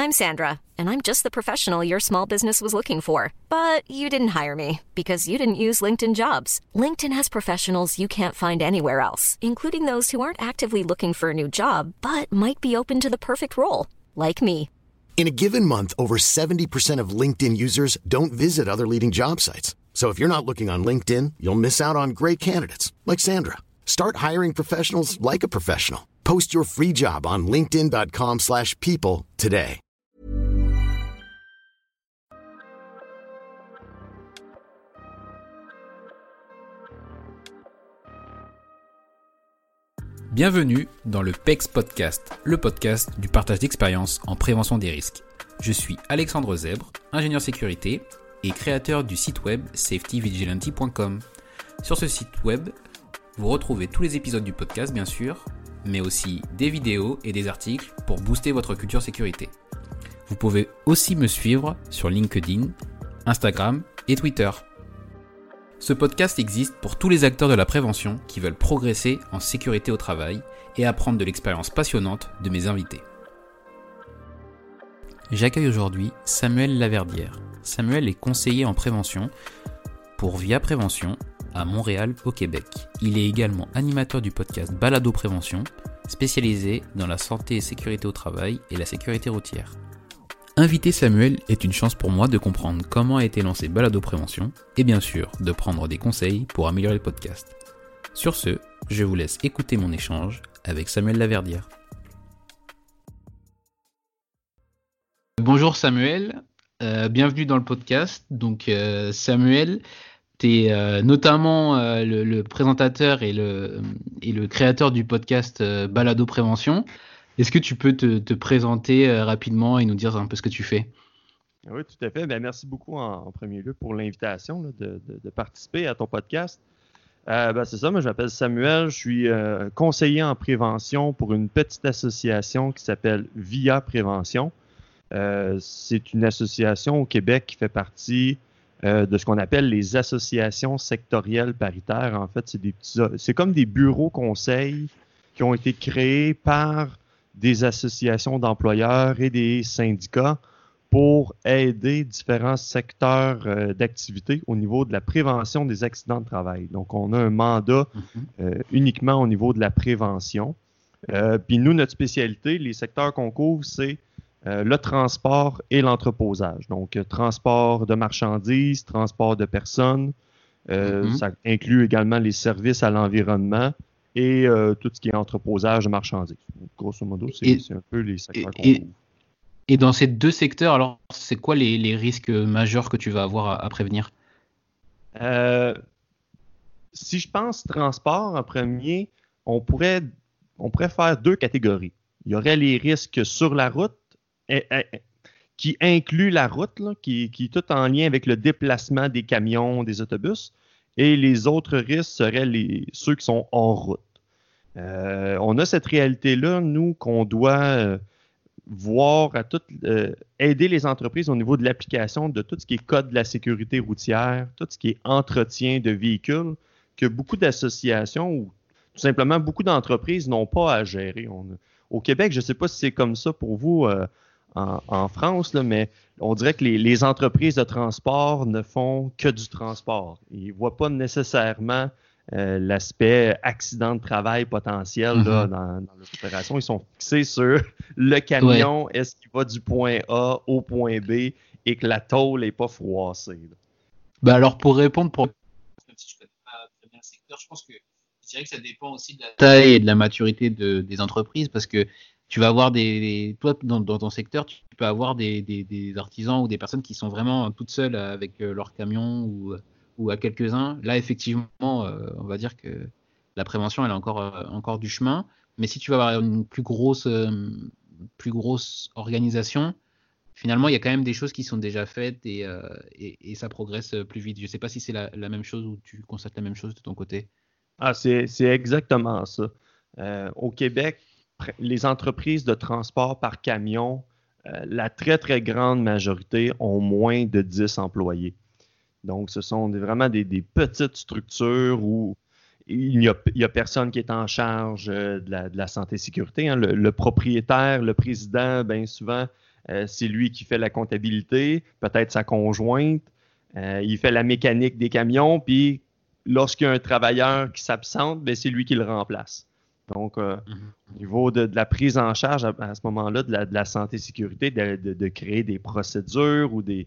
I'm Sandra, and I'm just the professional your small business was looking for. But you didn't hire me because you didn't use LinkedIn Jobs. LinkedIn has professionals you can't find anywhere else, including those who aren't actively looking for a new job, but might be open to the perfect role, like me. In a given month, over 70% of LinkedIn users don't visit other leading job sites. So if you're not looking on LinkedIn, you'll miss out on great candidates like Sandra. Start hiring professionals like a professional. Post your free job on linkedin.com/people today. Bienvenue dans le PEX Podcast, le podcast du partage d'expériences en prévention des risques. Je suis Alexandre Zèbre, ingénieur sécurité et créateur du site web safetyvigilante.com. Sur ce site web, vous retrouvez tous les épisodes du podcast bien sûr, mais aussi des vidéos et des articles pour booster votre culture sécurité. Vous pouvez aussi me suivre sur LinkedIn, Instagram et Twitter. Ce podcast existe pour tous les acteurs de la prévention qui veulent progresser en sécurité au travail et apprendre de l'expérience passionnante de mes invités. J'accueille aujourd'hui Samuel Laverdière. Samuel est conseiller en prévention pour Via Prévention à Montréal, au Québec. Il est également animateur du podcast Balado Prévention, spécialisé dans la santé et sécurité au travail et la sécurité routière. Inviter Samuel est une chance pour moi de comprendre comment a été lancé Balado Prévention et bien sûr de prendre des conseils pour améliorer le podcast. Sur ce, je vous laisse écouter mon échange avec Samuel Laverdière. Bonjour Samuel, bienvenue dans le podcast. Donc Samuel, tu es notamment le présentateur et le créateur du podcast Balado Prévention. Est-ce que tu peux te présenter rapidement et nous dire un peu ce que tu fais? Oui, tout à fait. Bien, merci beaucoup en premier lieu pour l'invitation là, de participer à ton podcast. C'est ça, moi je m'appelle Samuel, je suis conseiller en prévention pour une petite association qui s'appelle Via Prévention. C'est une association au Québec qui fait partie de ce qu'on appelle les associations sectorielles paritaires. En fait, c'est comme des bureaux conseils qui ont été créés par des associations d'employeurs et des syndicats pour aider différents secteurs d'activité au niveau de la prévention des accidents de travail. Donc, on a un mandat uniquement au niveau de la prévention. Puis nous, notre spécialité, les secteurs qu'on couvre, c'est le transport et l'entreposage. Donc, transport de marchandises, transport de personnes. Ça inclut également les services à l'environnement et tout ce qui est entreposage de marchandises. Donc, grosso modo, c'est un peu les secteurs qu'on couvre. Et dans ces deux secteurs, alors, c'est quoi les risques majeurs que tu vas avoir à prévenir? Si je pense transport en premier, on pourrait faire deux catégories. Il y aurait les risques sur la route, qui incluent la route, là, qui est tout en lien avec le déplacement des camions, des autobus. Et les autres risques seraient ceux qui sont hors route. On a cette réalité-là, nous, qu'on doit voir aider les entreprises au niveau de l'application de tout ce qui est code de la sécurité routière, tout ce qui est entretien de véhicules, que beaucoup d'associations ou tout simplement beaucoup d'entreprises n'ont pas à gérer. Au Québec, je ne sais pas si c'est comme ça pour vous en France, là, mais on dirait que les entreprises de transport ne font que du transport. Ils ne voient pas nécessairement l'aspect accident de travail potentiel là, dans les opérations. Ils sont fixés sur le camion, est-ce qu'il va du point A au point B et que la tôle n'est pas froissée. Alors, pour répondre, même si je ne connais pas très bien le secteur, je pense que je dirais que ça dépend aussi de la taille et de la maturité des entreprises, parce que tu vas avoir toi, dans ton secteur, tu peux avoir des artisans ou des personnes qui sont vraiment toutes seules avec leur camion ou à quelques-uns. Là, effectivement, on va dire que la prévention, elle a encore du chemin. Mais si tu vas avoir une plus grosse organisation, finalement, il y a quand même des choses qui sont déjà faites et ça progresse plus vite. Je ne sais pas si c'est la même chose ou tu constates la même chose de ton côté. C'est exactement ça. Au Québec, les entreprises de transport par camion, la très, très grande majorité ont moins de 10 employés. Donc, ce sont vraiment des petites structures où il n'y a personne qui est en charge de la santé et sécurité. Hein. Le propriétaire, le président, bien souvent, c'est lui qui fait la comptabilité, peut-être sa conjointe. Il fait la mécanique des camions, puis lorsqu'il y a un travailleur qui s'absente, ben, c'est lui qui le remplace. Donc, au niveau de la prise en charge à ce moment-là de la santé-sécurité, de créer des procédures ou des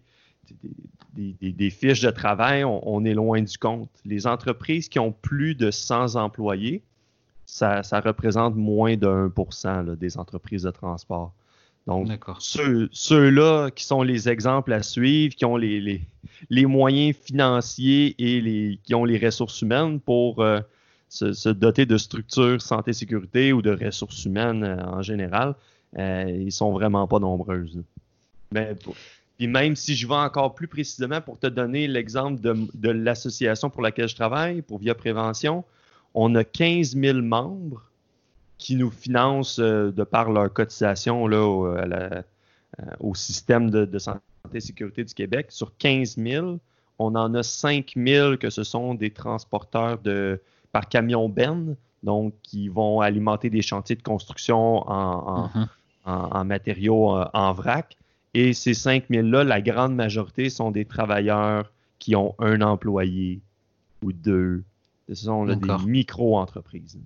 fiches de travail, on est loin du compte. Les entreprises qui ont plus de 100 employés, ça représente moins de 1% là, des entreprises de transport. Donc, ceux-là qui sont les exemples à suivre, qui ont les moyens financiers et qui ont les ressources humaines pour se doter de structures santé-sécurité ou de ressources humaines en général, ils sont vraiment pas nombreuses. Puis même si je vais encore plus précisément pour te donner l'exemple de l'association pour laquelle je travaille, pour Via Prévention, on a 15 000 membres qui nous financent de par leur cotisation là, au système de santé et sécurité du Québec. Sur 15 000, on en a 5 000 que ce sont des transporteurs par camion benne, donc qui vont alimenter des chantiers de construction en matériaux en vrac. Et ces 5 000-là, la grande majorité sont des travailleurs qui ont un employé ou deux. Ce sont là, des micro-entreprises.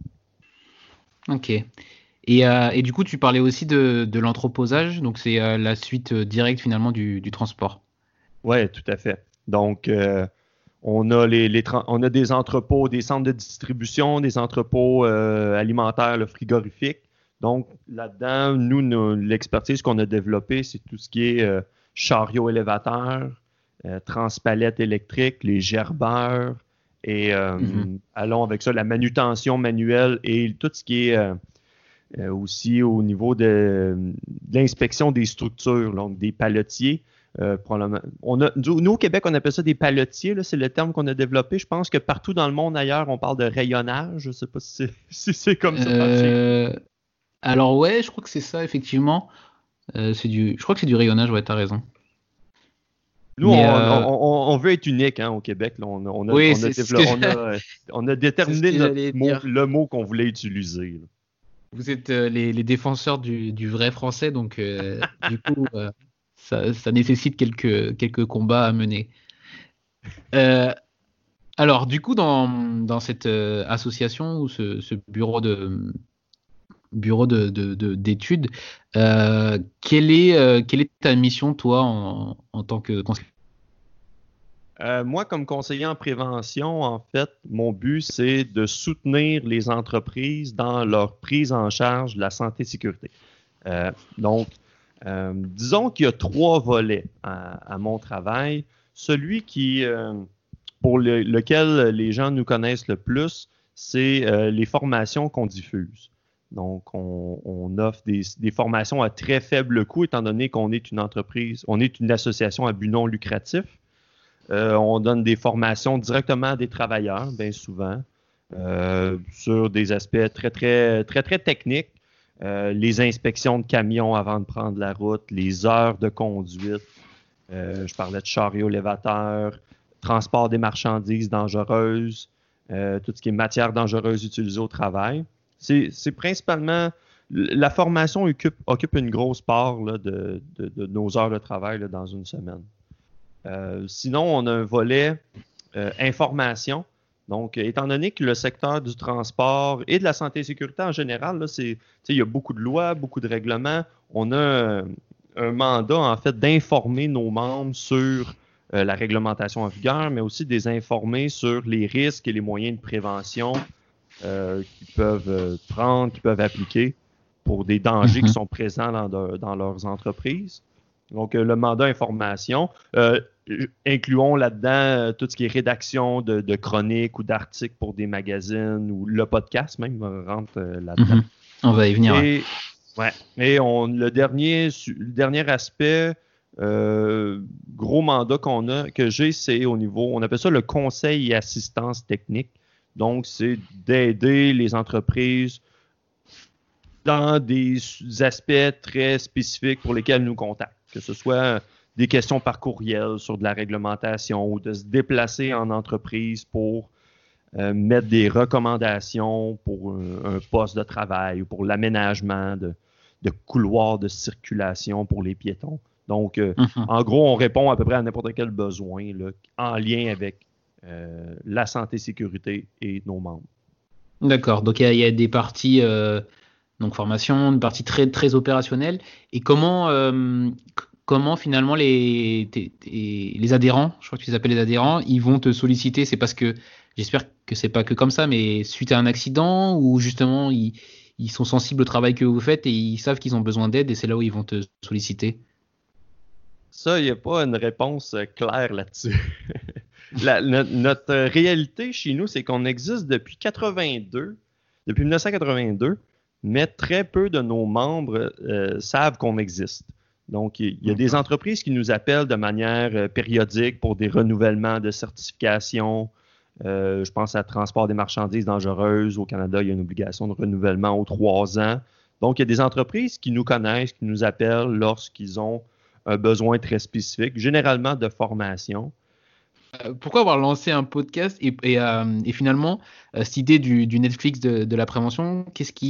Ok. Et du coup, tu parlais aussi de l'entreposage, donc c'est la suite directe finalement du transport. Oui, tout à fait. Donc, on a on a des entrepôts, des centres de distribution, des entrepôts alimentaires, frigorifiques. Donc, là-dedans, nous, l'expertise qu'on a développée, c'est tout ce qui est chariot élévateur, transpalette électrique, les gerbeurs, et allons avec ça, la manutention manuelle et tout ce qui est aussi au niveau de l'inspection des structures, donc des paletiers. Nous, au Québec, on appelle ça des paletiers, là, c'est le terme qu'on a développé. Je pense que partout dans le monde ailleurs, on parle de rayonnage. Je ne sais pas si c'est comme ça. Alors ouais, je crois que c'est ça, effectivement. Je crois que c'est du rayonnage, ouais, t'as raison. Nous, on veut être unique au Québec. Là. On a déterminé le mot qu'on voulait utiliser. Là. Vous êtes les défenseurs du vrai français, donc du coup, ça nécessite quelques combats à mener. Alors, du coup, dans cette association ou ce bureau d'études, quelle est ta mission, toi, en tant que conseiller? Moi, comme conseiller en prévention, en fait, mon but, c'est de soutenir les entreprises dans leur prise en charge de la santé et sécurité. Donc, disons qu'il y a 3 volets à mon travail. Celui pour lequel les gens nous connaissent le plus, c'est les formations qu'on diffuse. Donc, on offre des formations à très faible coût, étant donné qu'on est une entreprise, on est une association à but non lucratif. On donne des formations directement à des travailleurs, bien souvent, sur des aspects très, très, très, très techniques. Les inspections de camions avant de prendre la route, les heures de conduite. Je parlais de chariot élévateur, transport des marchandises dangereuses, tout ce qui est matière dangereuse utilisée au travail. C'est principalement... La formation occupe une grosse part là, de nos heures de travail là, dans une semaine. Sinon, on a un volet information. Donc, étant donné que le secteur du transport et de la santé et sécurité en général, là, il y a beaucoup de lois, beaucoup de règlements. On a un mandat, en fait, d'informer nos membres sur la réglementation en vigueur, mais aussi de les informer sur les risques et les moyens de prévention qu'ils peuvent prendre, qu'ils peuvent appliquer pour des dangers qui sont présents dans leurs entreprises. Donc, le mandat information, incluons là-dedans tout ce qui est rédaction de chroniques ou d'articles pour des magazines ou le podcast même rentre là-dedans. On va y venir. Et le dernier aspect, gros mandat que j'ai, c'est au niveau, on appelle ça le conseil et assistance technique. Donc, c'est d'aider les entreprises dans des aspects très spécifiques pour lesquels nous contactent, que ce soit des questions par courriel sur de la réglementation ou de se déplacer en entreprise pour mettre des recommandations pour un poste de travail ou pour l'aménagement couloirs de circulation pour les piétons. Donc, en gros, on répond à peu près à n'importe quel besoin là, en lien avec la santé-sécurité et nos membres. D'accord, donc il y a des parties donc formation, une partie très, très opérationnelle. Et comment finalement les adhérents, je crois que tu les appelles les adhérents, ils vont te solliciter? C'est parce que, j'espère que c'est pas que comme ça, mais suite à un accident ou justement ils sont sensibles au travail que vous faites et ils savent qu'ils ont besoin d'aide et c'est là où ils vont te solliciter? Ça, il n'y a pas une réponse claire là-dessus. Notre réalité chez nous, c'est qu'on existe depuis 1982, mais très peu de nos membres savent qu'on existe. Donc, il y a des entreprises qui nous appellent de manière périodique pour des renouvellements de certification. Je pense à Transport des marchandises dangereuses. Au Canada, il y a une obligation de renouvellement aux 3 ans. Donc, il y a des entreprises qui nous connaissent, qui nous appellent lorsqu'ils ont un besoin très spécifique, généralement de formation. Pourquoi avoir lancé un podcast et finalement cette idée du Netflix de la prévention,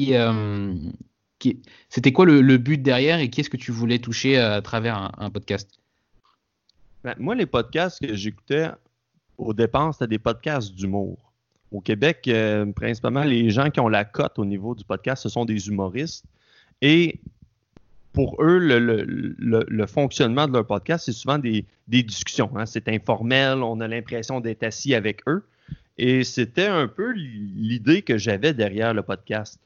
c'était quoi le but derrière et qu'est-ce que tu voulais toucher à travers un podcast? Moi, les podcasts que j'écoutais au départ, c'était des podcasts d'humour. Au Québec, principalement, les gens qui ont la cote au niveau du podcast, ce sont des humoristes. Et pour eux, le fonctionnement de leur podcast, c'est souvent des discussions. Hein. C'est informel, on a l'impression d'être assis avec eux. Et c'était un peu l'idée que j'avais derrière le podcast.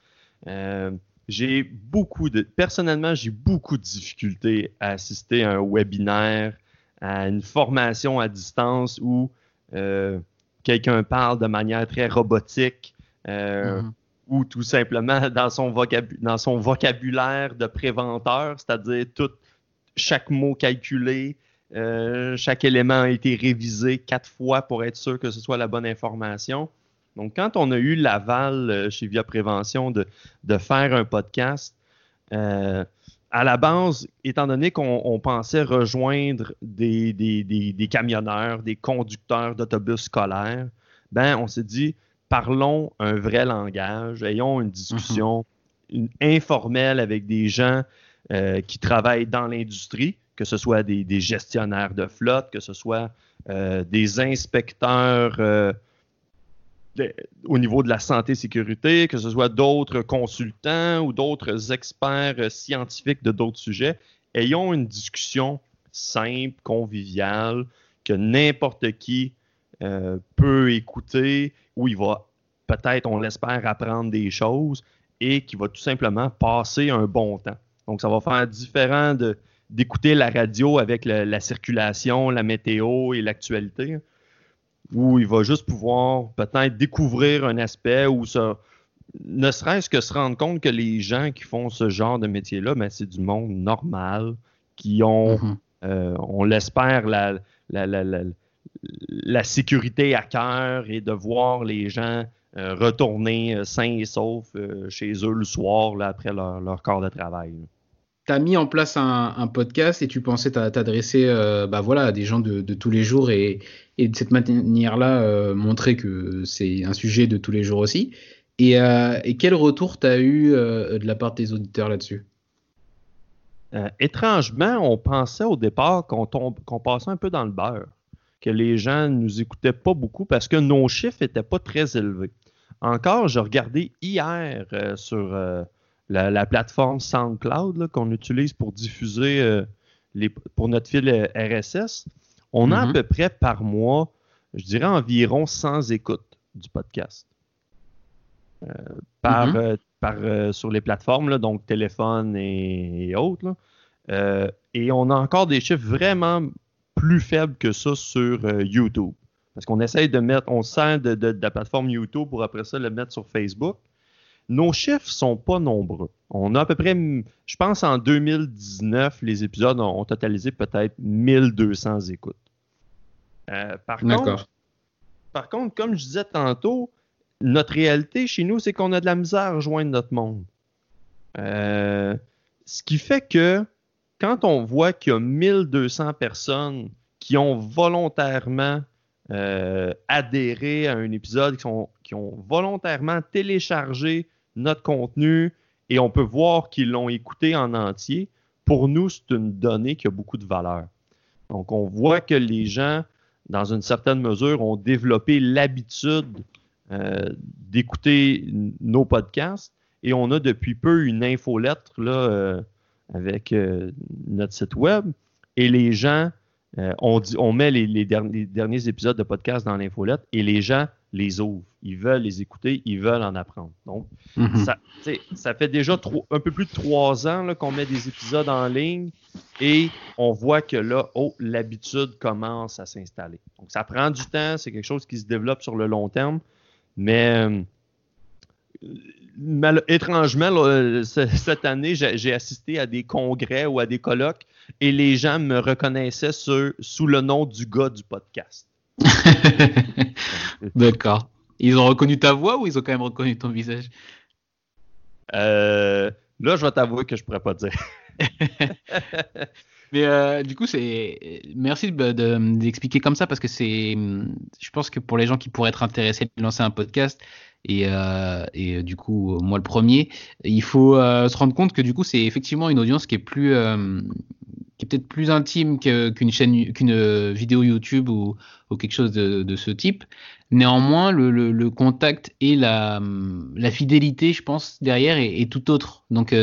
Personnellement, j'ai beaucoup de difficultés à assister à un webinaire, à une formation à distance où quelqu'un parle de manière très robotique. Ou tout simplement dans son vocabulaire de préventeur, c'est-à-dire chaque mot calculé, chaque élément a été révisé 4 fois pour être sûr que ce soit la bonne information. Donc, quand on a eu l'aval chez Via Prévention de faire un podcast, à la base, étant donné qu'on pensait rejoindre des camionneurs, des conducteurs d'autobus scolaires, on s'est dit, parlons un vrai langage, ayons une discussion informelle avec des gens qui travaillent dans l'industrie, que ce soit des gestionnaires de flotte, que ce soit des inspecteurs au niveau de la santé-sécurité, que ce soit d'autres consultants ou d'autres experts scientifiques de d'autres sujets. Ayons une discussion simple, conviviale, que n'importe qui peut écouter, où il va peut-être, on l'espère, apprendre des choses et qui va tout simplement passer un bon temps. Donc, ça va faire différent d'écouter la radio avec la circulation, la météo et l'actualité, où il va juste pouvoir peut-être découvrir un aspect ou ne serait-ce que se rendre compte que les gens qui font ce genre de métier-là, c'est du monde normal, qui ont, on l'espère, la sécurité à cœur et de voir les gens retourner sains et saufs chez eux le soir là, après leur corps de travail. Tu as mis en place un podcast et tu pensais t'adresser à des gens de tous les jours et de cette manière-là montrer que c'est un sujet de tous les jours aussi. Et quel retour tu as eu de la part des auditeurs là-dessus? Étrangement, on pensait au départ qu'on passait un peu dans le beurre, que les gens ne nous écoutaient pas beaucoup parce que nos chiffres n'étaient pas très élevés. Encore, j'ai regardé hier sur la plateforme SoundCloud là, qu'on utilise pour diffuser pour notre fil RSS. On a à peu près par mois, je dirais environ 100 écoutes du podcast. Sur les plateformes, là, donc téléphone et autres. Là. Et on a encore des chiffres vraiment plus faibles que ça sur YouTube. Parce qu'on essaye on sert de la plateforme YouTube pour après ça le mettre sur Facebook. Nos chiffres sont pas nombreux. On a à peu près, je pense en 2019, les épisodes ont totalisé peut-être 1200 écoutes. Par contre, comme je disais tantôt, notre réalité chez nous, c'est qu'on a de la misère à rejoindre notre monde. Ce qui fait que quand on voit qu'il y a 1200 personnes qui ont volontairement adhéré à un épisode, qui ont volontairement téléchargé notre contenu et on peut voir qu'ils l'ont écouté en entier, pour nous, c'est une donnée qui a beaucoup de valeur. Donc, on voit que les gens, dans une certaine mesure, ont développé l'habitude d'écouter nos podcasts et on a depuis peu une infolettre là, avec notre site web et les gens, on met les derniers épisodes de podcast dans l'infolettre et les gens les ouvrent. Ils veulent les écouter, ils veulent en apprendre. Donc, ça fait déjà un peu plus de 3 ans là, qu'on met des épisodes en ligne et on voit que là, l'habitude commence à s'installer. Donc, ça prend du temps, c'est quelque chose qui se développe sur le long terme, mais étrangement, là, cette année, j'ai assisté à des congrès ou à des colloques et les gens me reconnaissaient sous le nom du gars du podcast. D'accord. Ils ont reconnu ta voix ou ils ont quand même reconnu ton visage? Là, je vais t'avouer que je pourrais pas dire. Mais du coup, merci d'expliquer comme ça parce que je pense que pour les gens qui pourraient être intéressés de lancer un podcast et du coup, moi le premier, il faut se rendre compte que du coup, c'est effectivement une audience qui est peut-être plus intime qu'une vidéo YouTube ou quelque chose de ce type. Néanmoins, le contact et la fidélité, je pense, derrière est tout autre. Donc,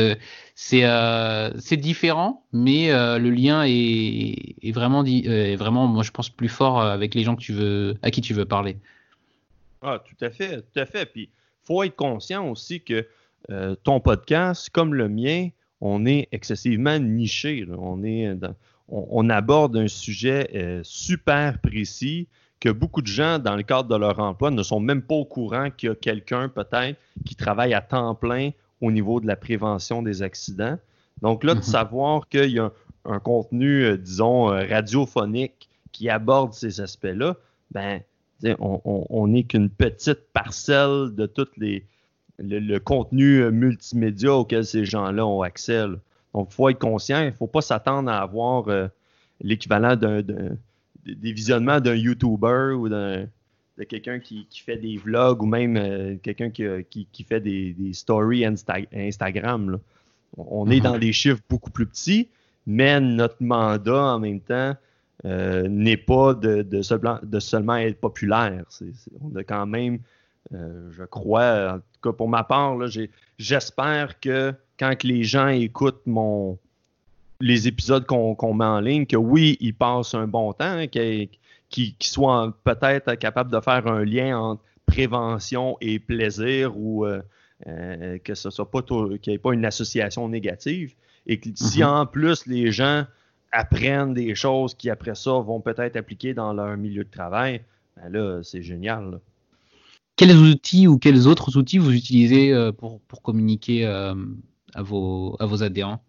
c'est différent, mais le lien est vraiment, moi, je pense, plus fort avec les gens à qui tu veux parler. Ah, tout à fait, tout à fait. Puis, il faut être conscient aussi que ton podcast, comme le mien, on est excessivement niché. Là. On aborde un sujet super précis que beaucoup de gens, dans le cadre de leur emploi, ne sont même pas au courant qu'il y a quelqu'un, peut-être, qui travaille à temps plein au niveau de la prévention des accidents. Donc là, de savoir qu'il y a un contenu, disons, radiophonique qui aborde ces aspects-là, ben, on n'est qu'une petite parcelle de tout le contenu multimédia auquel ces gens-là ont accès. Là. Donc, il faut être conscient, il ne faut pas s'attendre à avoir l'équivalent des visionnements d'un YouTuber ou de quelqu'un qui fait des vlogs ou même quelqu'un qui fait des stories Instagram. Là. On est dans des chiffres beaucoup plus petits, mais notre mandat en même temps n'est pas de seulement être populaire. On a quand même, je crois, en tout cas pour ma part, là, j'espère que quand les gens écoutent les épisodes qu'on met en ligne, que oui, ils passent un bon temps, hein, qu'ils soient peut-être capables de faire un lien entre prévention et plaisir ou que ce soit pas qu'il n'y ait pas une association négative. Et que si en plus les gens apprennent des choses qui après ça vont peut-être appliquer dans leur milieu de travail, ben là, c'est génial. Là. Quels outils ou quels autres outils vous utilisez pour communiquer à vos adhérents?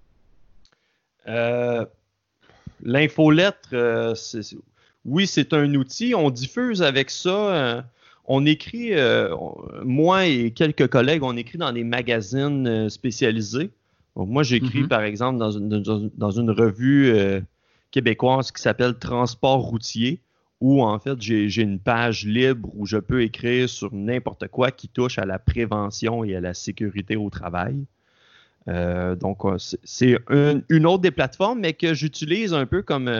L'infolettre, oui, c'est un outil. On diffuse avec ça. On écrit, moi et quelques collègues, on écrit dans des magazines spécialisés. Donc, moi, j'écris, par exemple, dans une revue québécoise qui s'appelle Transport routier, où, en fait, j'ai une page libre où je peux écrire sur n'importe quoi qui touche à la prévention et à la sécurité au travail. Donc, c'est une autre des plateformes, mais que j'utilise un peu comme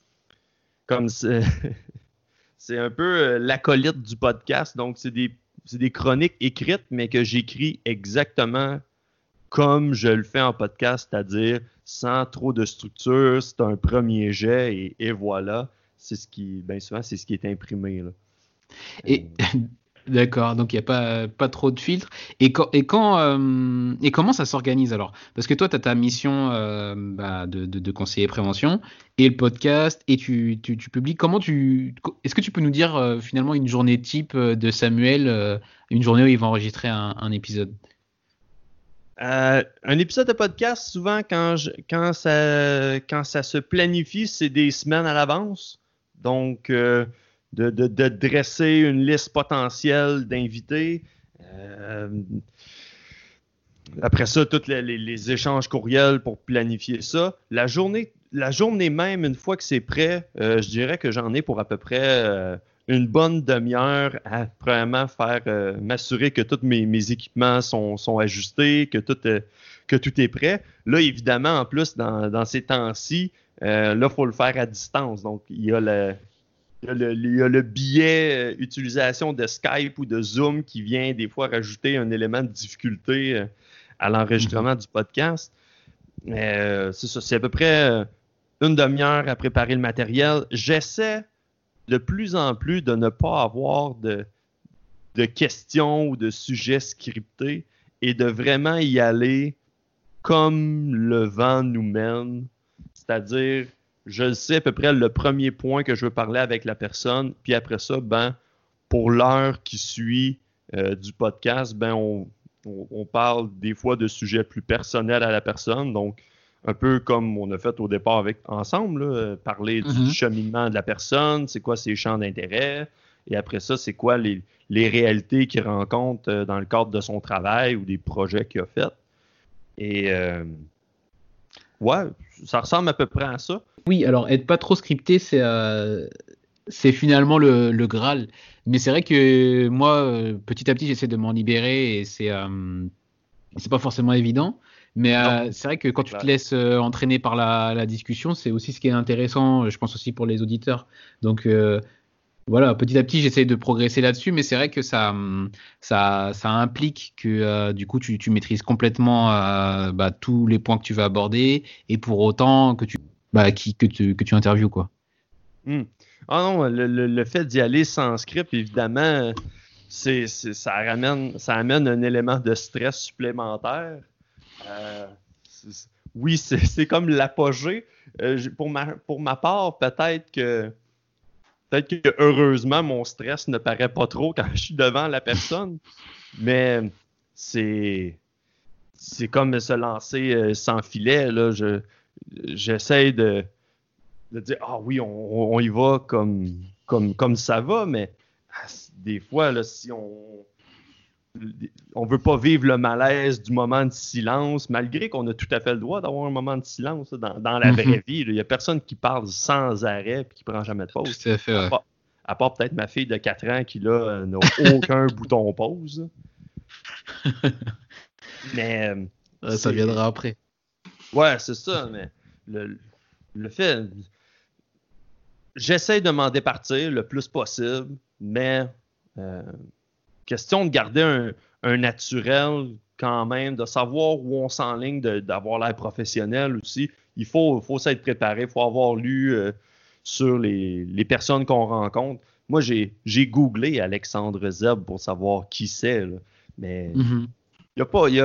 c'est un peu l'acolyte du podcast. Donc, c'est des chroniques écrites, mais que j'écris exactement comme je le fais en podcast, c'est-à-dire sans trop de structure. C'est un premier jet et voilà. C'est ce qui, bien souvent, c'est ce qui est imprimé. Là. Et d'accord, donc il n'y a pas trop de filtres. Et comment ça s'organise alors? Parce que toi, tu as ta mission de conseiller prévention et le podcast et tu publies. Est-ce que tu peux nous dire finalement une journée type de Samuel, une journée où il va enregistrer un épisode? Un épisode de podcast, souvent, quand ça se planifie, c'est des semaines à l'avance. Donc, de dresser une liste potentielle d'invités. Après ça, tous les échanges courriels pour planifier ça. La journée même, une fois que c'est prêt, je dirais que j'en ai pour à peu près une bonne demi-heure à vraiment m'assurer que tous mes équipements sont ajustés, que tout est prêt. Là, évidemment, en plus, dans ces temps-ci, là, il faut le faire à distance. Donc, il y a le biais utilisation de Skype ou de Zoom qui vient des fois rajouter un élément de difficulté à l'enregistrement du podcast. C'est ça, c'est à peu près une demi-heure à préparer le matériel. J'essaie de plus en plus de ne pas avoir de questions ou de sujets scriptés et de vraiment y aller comme le vent nous mène. C'est-à-dire, je sais à peu près le premier point que je veux parler avec la personne, puis après ça, pour l'heure qui suit du podcast, on parle des fois de sujets plus personnels à la personne, donc un peu comme on a fait au départ ensemble, là, parler du cheminement de la personne, c'est quoi ses champs d'intérêt, et après ça, c'est quoi les réalités qu'il rencontre dans le cadre de son travail ou des projets qu'il a fait. Et ouais, ça ressemble à peu près à ça. Oui, alors être pas trop scripté, c'est finalement le Graal. Mais c'est vrai que moi, petit à petit, j'essaie de m'en libérer et c'est pas forcément évident. Mais c'est vrai que quand tu te laisses entraîner par la discussion, c'est aussi ce qui est intéressant, je pense aussi pour les auditeurs. Donc voilà, petit à petit, j'essaie de progresser là-dessus, mais c'est vrai que ça implique que du coup, tu maîtrises complètement tous les points que tu vas aborder et pour autant que tu interviews, quoi. Ah non, le fait d'y aller sans script, évidemment, ça amène un élément de stress supplémentaire. Oui, c'est comme l'apogée. Pour ma part, peut-être que heureusement, mon stress ne paraît pas trop quand je suis devant la personne, mais c'est comme se lancer sans filet. Là. J'essaie de dire « Ah oui, on y va comme ça va », mais des fois, là, si on veut pas vivre le malaise du moment de silence, malgré qu'on a tout à fait le droit d'avoir un moment de silence là, dans la vraie vie. Il n'y a personne qui parle sans arrêt et qui prend jamais de pause. Tout à fait, ouais. À part peut-être ma fille de 4 ans qui là n'a aucun bouton pause. Mais ça viendra après. Ouais, c'est ça, mais le fait... J'essaie de m'en départir le plus possible, mais question de garder un naturel quand même, de savoir où on s'enligne, d'avoir l'air professionnel aussi. Il faut s'être préparé, il faut avoir lu sur les personnes qu'on rencontre. Moi, j'ai googlé Alexandre Zeb pour savoir qui c'est, là, mais il n'y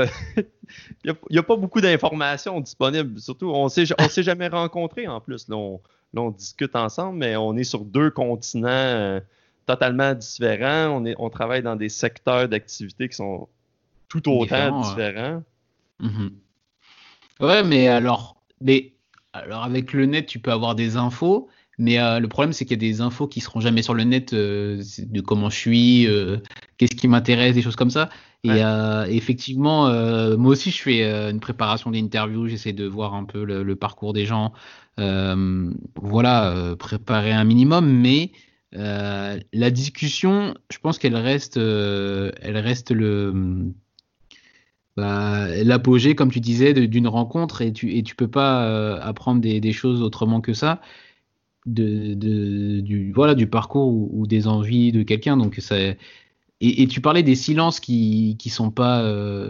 a pas beaucoup d'informations disponibles. Surtout, on s'est jamais rencontrés en plus. Là, on discute ensemble, mais on est sur 2 continents totalement différents. On travaille dans des secteurs d'activité qui sont tout autant différents. Ouais, mais alors avec le net, tu peux avoir des infos, mais le problème, c'est qu'il y a des infos qui seront jamais sur le net de comment je suis, qu'est-ce qui m'intéresse, des choses comme ça. Et effectivement, moi aussi, je fais une préparation d'interview, j'essaie de voir un peu le parcours des gens, préparer un minimum, mais la discussion, je pense qu'elle reste l'apogée, comme tu disais, d'une rencontre, et tu peux pas apprendre des choses autrement que ça, du parcours ou des envies de quelqu'un. Donc ça, et tu parlais des silences qui sont pas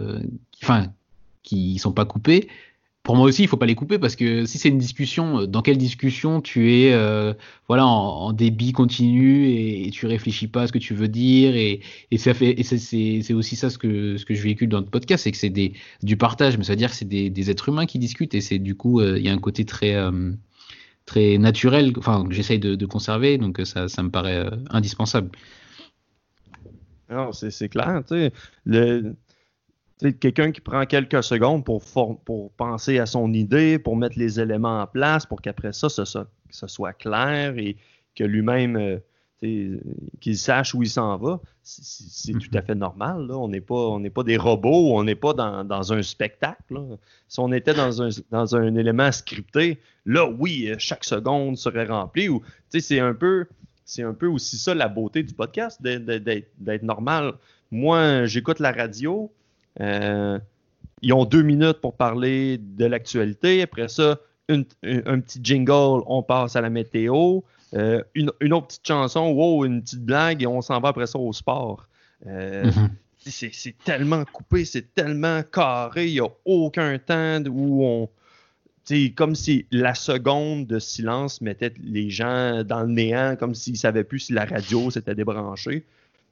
coupés. Pour moi aussi, il faut pas les couper, parce que si c'est une discussion, dans quelle discussion tu es en débit continu et tu réfléchis pas à ce que tu veux dire, et c'est aussi ça ce que je véhicule dans le podcast, c'est que c'est du partage, mais ça veut dire que c'est des êtres humains qui discutent, et c'est du coup il y a un côté très très naturel, que j'essaye de conserver, donc ça me paraît indispensable. Non, c'est clair, tu sais. Quelqu'un qui prend quelques secondes pour penser à son idée, pour mettre les éléments en place, pour qu'après ça, ce soit clair et que lui-même, qu'il sache où il s'en va, c'est tout à fait normal. Là. On n'est pas des robots, on n'est pas dans un spectacle. Là. Si on était dans un élément scripté, là, oui, chaque seconde serait remplie. C'est un peu c'est un peu aussi ça la beauté du podcast, d'être normal. Moi, j'écoute la radio. Ils ont 2 minutes pour parler de l'actualité. Après ça, un petit jingle, on passe à la météo. Une autre petite chanson, wow, une petite blague, et on s'en va après ça au sport. C'est tellement coupé, c'est tellement carré, il n'y a aucun temps où on... C'est comme si la seconde de silence mettait les gens dans le néant, comme s'ils ne savaient plus si la radio s'était débranchée.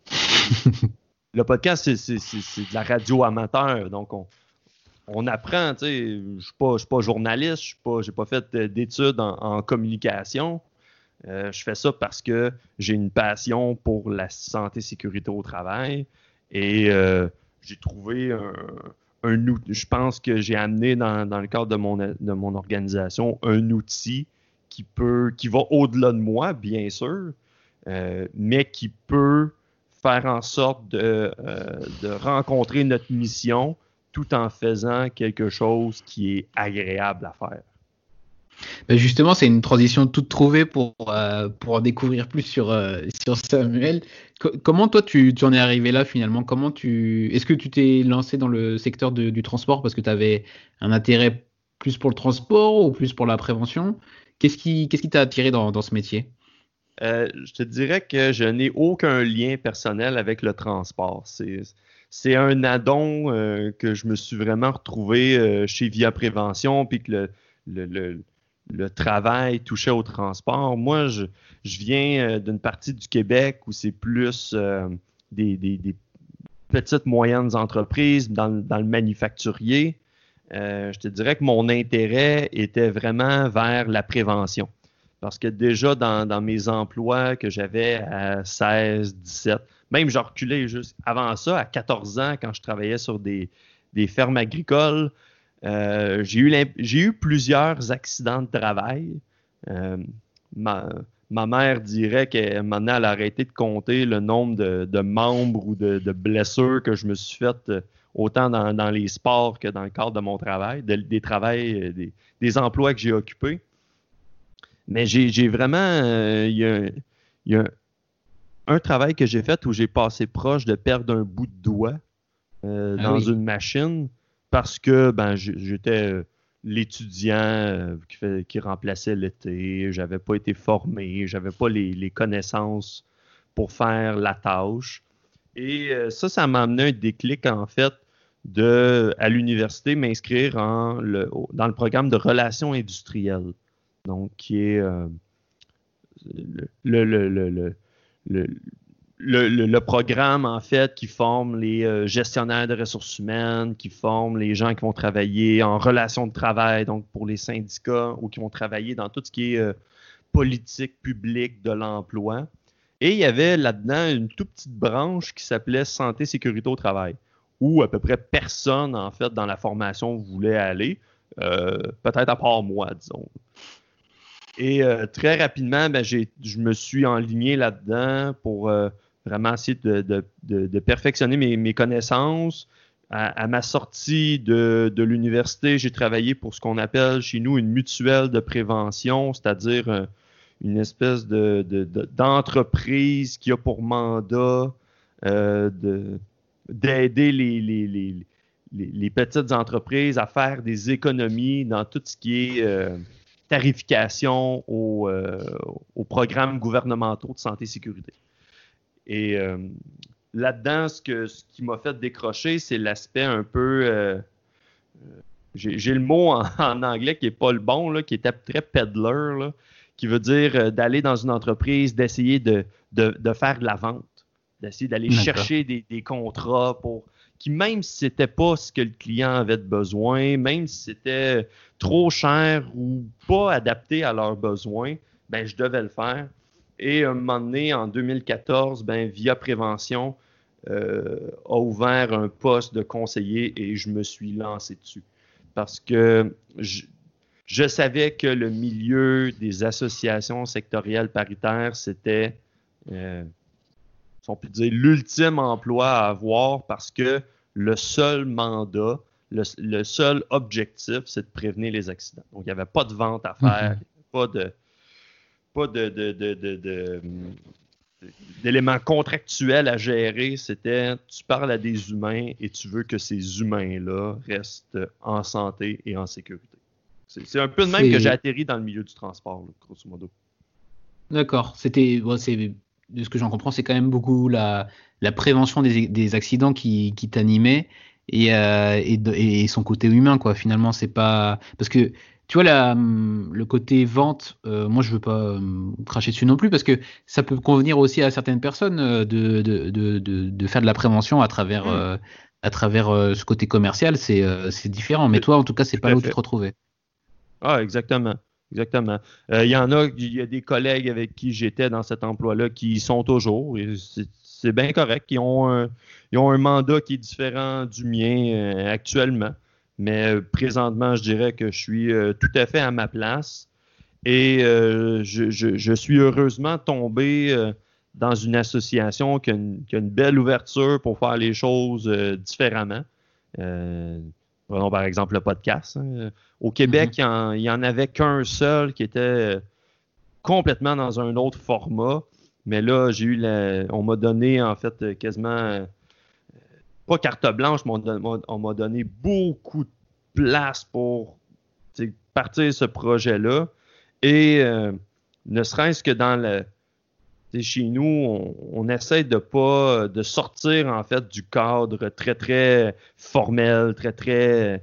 Le podcast, c'est de la radio amateur, donc on apprend. Je ne suis pas journaliste, j'ai pas fait d'études en communication. Je fais ça parce que j'ai une passion pour la santé et sécurité au travail et j'ai trouvé un outil. Je pense que j'ai amené dans le cadre de mon organisation un outil qui va au-delà de moi, bien sûr, mais qui peut faire en sorte de rencontrer notre mission tout en faisant quelque chose qui est agréable à faire. Ben justement, c'est une transition toute trouvée pour en découvrir plus sur Samuel. Comment toi, tu en es arrivé là finalement? Est-ce que tu t'es lancé dans le secteur du transport parce que tu avais un intérêt plus pour le transport ou plus pour la prévention? Qu'est-ce qui t'a attiré dans ce métier? Je te dirais que je n'ai aucun lien personnel avec le transport. C'est un addon que je me suis vraiment retrouvé chez Via Prévention, puis que le travail touchait au transport. Moi, je viens d'une partie du Québec où c'est plus des petites, moyennes entreprises dans le manufacturier. Je te dirais que mon intérêt était vraiment vers la prévention. Parce que déjà, dans mes emplois que j'avais à 16, 17, même j'ai reculé juste avant ça, à 14 ans, quand je travaillais sur des fermes agricoles, j'ai eu plusieurs accidents de travail. Ma mère dirait qu'elle m'en a arrêté de compter le nombre de membres ou de blessures que je me suis fait autant dans les sports que dans le cadre de mon travail, des emplois que j'ai occupés. Mais j'ai vraiment... Il y a un travail que j'ai fait où j'ai passé proche de perdre un bout de doigt dans une machine parce que j'étais l'étudiant qui remplaçait l'été. J'avais pas été formé, j'avais pas les connaissances pour faire la tâche. Et ça m'a amené un déclic, en fait, à l'université, m'inscrire dans le programme de relations industrielles. Donc, qui est le programme, en fait, qui forme les gestionnaires de ressources humaines, qui forme les gens qui vont travailler en relations de travail, donc pour les syndicats, ou qui vont travailler dans tout ce qui est politique publique de l'emploi. Et il y avait là-dedans une toute petite branche qui s'appelait santé sécurité au travail, où à peu près personne, en fait, dans la formation voulait aller, peut-être à part moi, disons. Et très rapidement, je me suis enligné là-dedans pour vraiment essayer de perfectionner mes connaissances. À ma sortie de l'université, j'ai travaillé pour ce qu'on appelle chez nous une mutuelle de prévention, c'est-à-dire une espèce d'entreprise qui a pour mandat d'aider les petites entreprises à faire des économies dans tout ce qui est tarification aux programmes gouvernementaux de santé et sécurité. Et là-dedans, ce qui m'a fait décrocher, c'est l'aspect un peu... j'ai le mot en anglais qui n'est pas le bon, là, qui était très peddler, là, qui veut dire d'aller dans une entreprise, d'essayer de faire de la vente, d'essayer d'aller chercher des contrats qui, même si c'était pas ce que le client avait de besoin, même si c'était trop cher ou pas adapté à leurs besoins, je devais le faire. Et à un moment donné, en 2014, Via Prévention a ouvert un poste de conseiller et je me suis lancé dessus. Parce que je savais que le milieu des associations sectorielles paritaires, c'était, si on peut dire, l'ultime emploi à avoir parce que le seul mandat, le seul objectif, c'est de prévenir les accidents. Donc, il n'y avait pas de vente à faire, pas pas d'éléments contractuels à gérer. C'était, tu parles à des humains et tu veux que ces humains-là restent en santé et en sécurité. C'est un peu de même que j'ai atterri dans le milieu du transport, là, grosso modo. D'accord. De ce que j'en comprends, c'est quand même beaucoup la prévention des accidents qui t'animait et son côté humain, quoi. Finalement, c'est pas parce que tu vois le côté vente. Moi, je veux pas cracher dessus non plus parce que ça peut convenir aussi à certaines personnes de faire de la prévention à travers ce côté commercial. C'est différent. Mais toi, en tout cas, c'est pas là où tu te retrouvais. Ah, exactement. Exactement. Il y a des collègues avec qui j'étais dans cet emploi-là qui y sont toujours. Et c'est bien correct. Ils ont un mandat qui est différent du mien actuellement. Mais présentement, je dirais que je suis tout à fait à ma place. Et je suis heureusement tombé dans une association qui a une belle ouverture pour faire les choses différemment. Prenons par exemple le podcast. Hein. Au Québec, il y en avait qu'un seul qui était complètement dans un autre format. Mais là, on m'a donné en fait quasiment, pas carte blanche, mais on m'a donné beaucoup de place pour partir ce projet-là. Et ne serait-ce que chez nous, on essaie de sortir en fait du cadre très, très formel, très, très,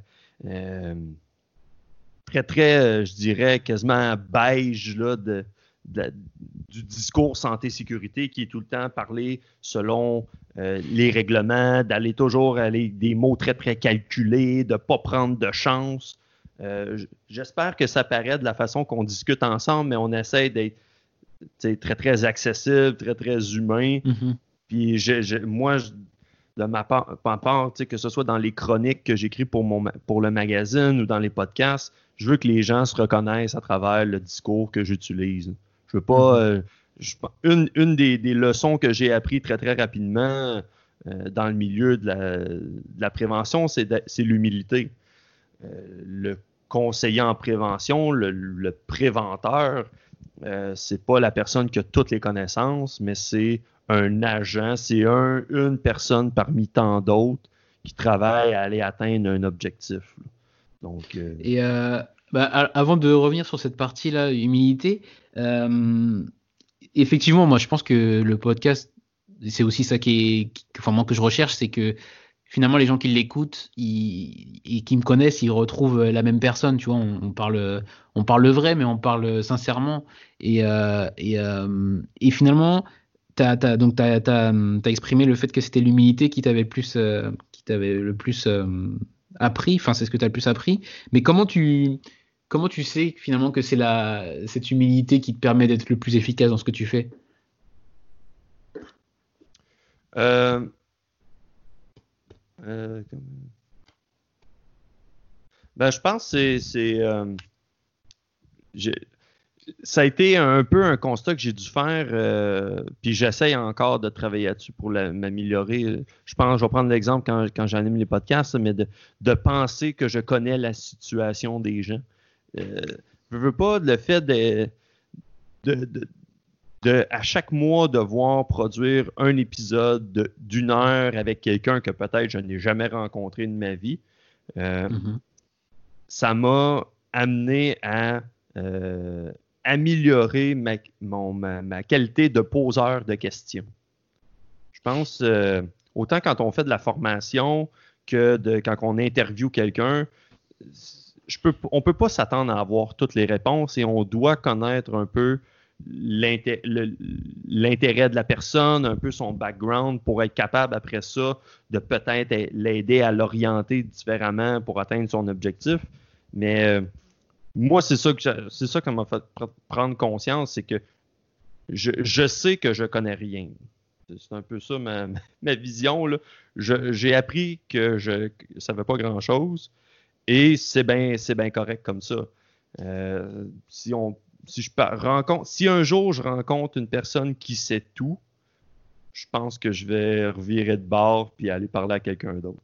je dirais, quasiment beige là, du discours santé-sécurité qui est tout le temps parlé selon les règlements, d'aller toujours aller des mots très, très calculés, de ne pas prendre de chance. J'espère que ça paraît de la façon qu'on discute ensemble, mais on essaie d'être très, très accessible, très, très humain. Mm-hmm. Puis moi, de ma part, que ce soit dans les chroniques que j'écris pour le magazine ou dans les podcasts, je veux que les gens se reconnaissent à travers le discours que j'utilise. Je veux pas... une des leçons que j'ai appris très, très rapidement dans le milieu de la prévention, c'est l'humilité. Le conseiller en prévention, le préventeur, c'est pas la personne qui a toutes les connaissances, mais c'est un agent, c'est une personne parmi tant d'autres qui travaille à aller atteindre un objectif. Donc, Et avant de revenir sur cette partie-là, humilité, effectivement, moi je pense que le podcast, c'est aussi ça moi, que je recherche, c'est que finalement les gens qui l'écoutent et qui me connaissent, ils retrouvent la même personne, tu vois, on parle vrai, mais on parle sincèrement et finalement t'as exprimé le fait que c'était l'humilité qui t'avait le plus appris, enfin c'est ce que t'as le plus appris, mais comment tu sais finalement que c'est cette humilité qui te permet d'être le plus efficace dans ce que tu fais? Je pense que ça a été un peu un constat que j'ai dû faire, puis j'essaye encore de travailler là-dessus pour m'améliorer. Je pense, je vais prendre l'exemple quand j'anime les podcasts, mais de penser que je connais la situation des gens. Je veux pas le fait de à chaque mois devoir produire un épisode d'une heure avec quelqu'un que peut-être je n'ai jamais rencontré de ma vie. Ça m'a amené à améliorer ma qualité de poseur de questions. Je pense, autant quand on fait de la formation que quand on interviewe quelqu'un, on ne peut pas s'attendre à avoir toutes les réponses et on doit connaître un peu l'intérêt de la personne, un peu son background pour être capable après ça de peut-être l'aider à l'orienter différemment pour atteindre son objectif. Mais moi, c'est ça qui m'a fait prendre conscience, c'est que je sais que je connais rien. C'est un peu ça ma vision, là. J'ai appris que je ne savais pas grand-chose et c'est bien correct comme ça. Si un jour je rencontre une personne qui sait tout, je pense que je vais revirer de bord puis aller parler à quelqu'un d'autre.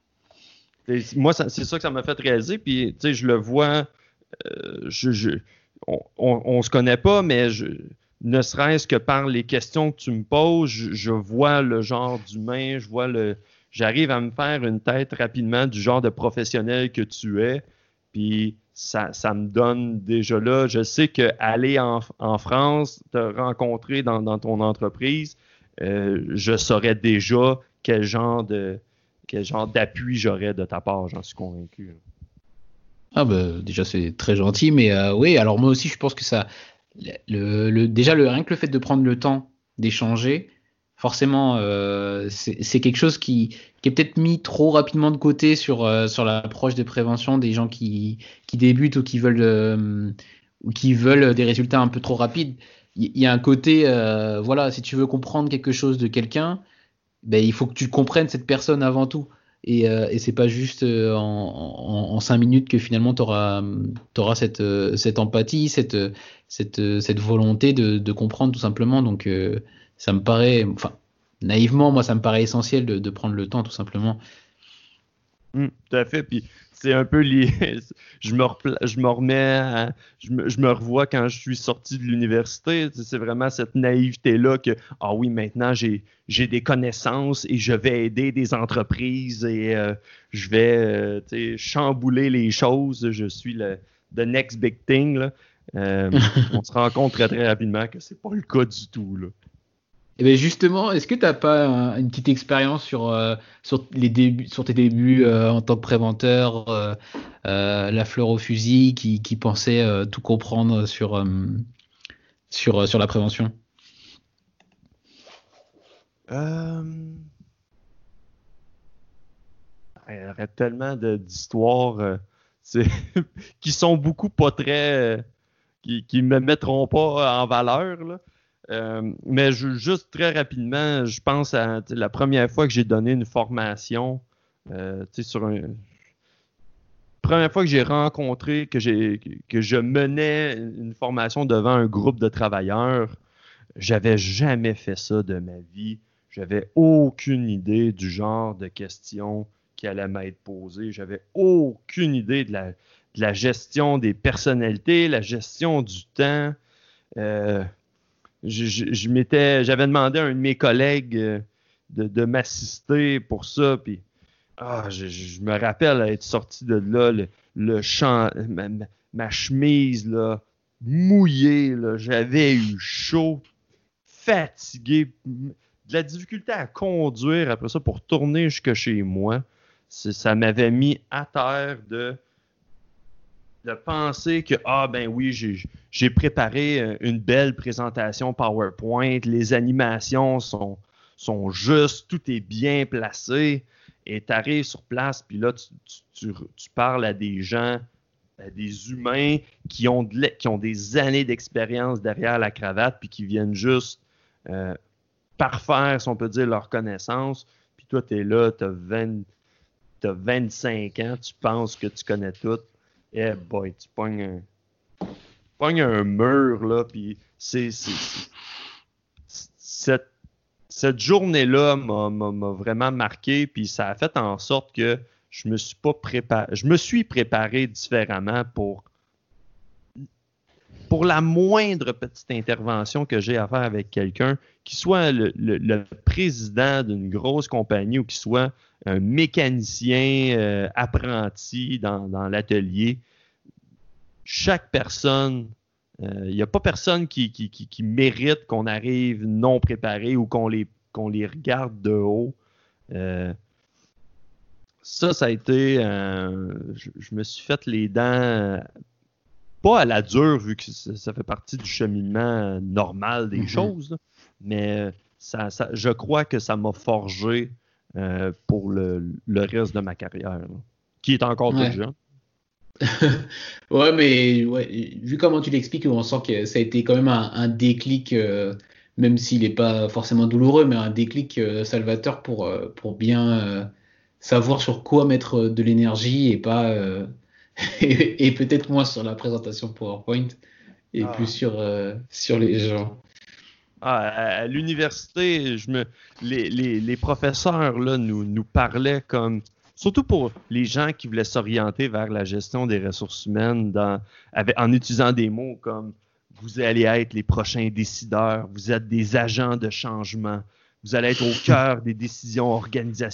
Moi, c'est ça que ça m'a fait réaliser. Puis, je le vois. on se connaît pas, mais ne serait-ce que par les questions que tu me poses, je vois le genre d'humain, j'arrive à me faire une tête rapidement du genre de professionnel que tu es, puis ça me donne déjà là, je sais qu'aller en France, te rencontrer dans ton entreprise, je saurais déjà quel genre d'appui j'aurais de ta part, j'en suis convaincu. Ah bah, déjà c'est très gentil, mais oui, alors moi aussi je pense que ça, déjà rien que le fait de prendre le temps d'échanger, forcément c'est quelque chose qui est peut-être mis trop rapidement de côté sur l'approche de prévention des gens qui débutent ou qui veulent des résultats un peu trop rapides. Il y a un côté, voilà, si tu veux comprendre quelque chose de quelqu'un, ben, il faut que tu comprennes cette personne avant tout. Et c'est pas juste en 5 minutes que finalement tu auras cette empathie, cette volonté de comprendre tout simplement. Donc ça me paraît, enfin naïvement, moi ça me paraît essentiel de prendre le temps tout simplement. Tout à fait. Puis c'est un peu lié. Je me remets, je me revois quand je suis sorti de l'université. C'est vraiment cette naïveté-là que, ah oui, maintenant j'ai des connaissances et je vais aider des entreprises et je vais chambouler les choses. Je suis the next big thing. Là. On se rend compte très, très rapidement que c'est pas le cas du tout. Là. Et bien justement, est-ce que tu n'as pas une petite expérience sur tes débuts en tant que préventeur, la fleur au fusil, qui pensait tout comprendre sur la prévention? Il y aurait tellement d'histoires qui sont beaucoup pas très... qui me mettront pas en valeur, là. Mais juste très rapidement, je pense à la première fois que j'ai donné une formation, première fois que j'ai rencontré, que je menais une formation devant un groupe de travailleurs, j'avais jamais fait ça de ma vie. J'avais aucune idée du genre de questions qui allaient m'être posées. J'avais aucune idée de la gestion des personnalités, la gestion du temps. J'avais demandé à un de mes collègues de m'assister pour ça, puis je me rappelle être sorti de là, le champ, ma chemise là, mouillée, là, j'avais eu chaud, fatigué, de la difficulté à conduire après ça pour tourner jusque chez moi. Ça m'avait mis à terre de penser que, ben oui, j'ai préparé une belle présentation PowerPoint, les animations sont justes, tout est bien placé, et tu arrives sur place, puis là, tu parles à des gens, à des humains qui ont des années d'expérience derrière la cravate, puis qui viennent juste parfaire, si on peut dire, leur connaissance, puis toi, tu es là, tu as 25 ans, tu penses que tu connais tout. Eh boy, tu pognes un mur, là, puis cette journée-là m'a vraiment marqué, puis ça a fait en sorte que je me suis préparé différemment pour la moindre petite intervention que j'ai à faire avec quelqu'un, qui soit le président d'une grosse compagnie ou qui soit un mécanicien apprenti dans l'atelier. Chaque personne, il n'y a pas personne qui mérite qu'on arrive non préparé ou qu'on les regarde de haut. Ça a été... je me suis fait les dents... pas à la dure, vu que ça fait partie du cheminement normal des choses, là, mais je crois que ça m'a forgé pour le reste de ma carrière, là, qui est encore toute jeune. Ouais, mais vu comment tu l'expliques, on sent que ça a été quand même un déclic, même s'il n'est pas forcément douloureux, mais un déclic salvateur pour bien savoir sur quoi mettre de l'énergie et pas... et peut-être moins sur la présentation PowerPoint et plus sur les gens. À l'université, les professeurs là, nous parlaient comme surtout pour les gens qui voulaient s'orienter vers la gestion des ressources humaines en utilisant des mots comme « vous allez être les prochains décideurs, vous êtes des agents de changement, vous allez être au cœur des décisions organisationnelles ».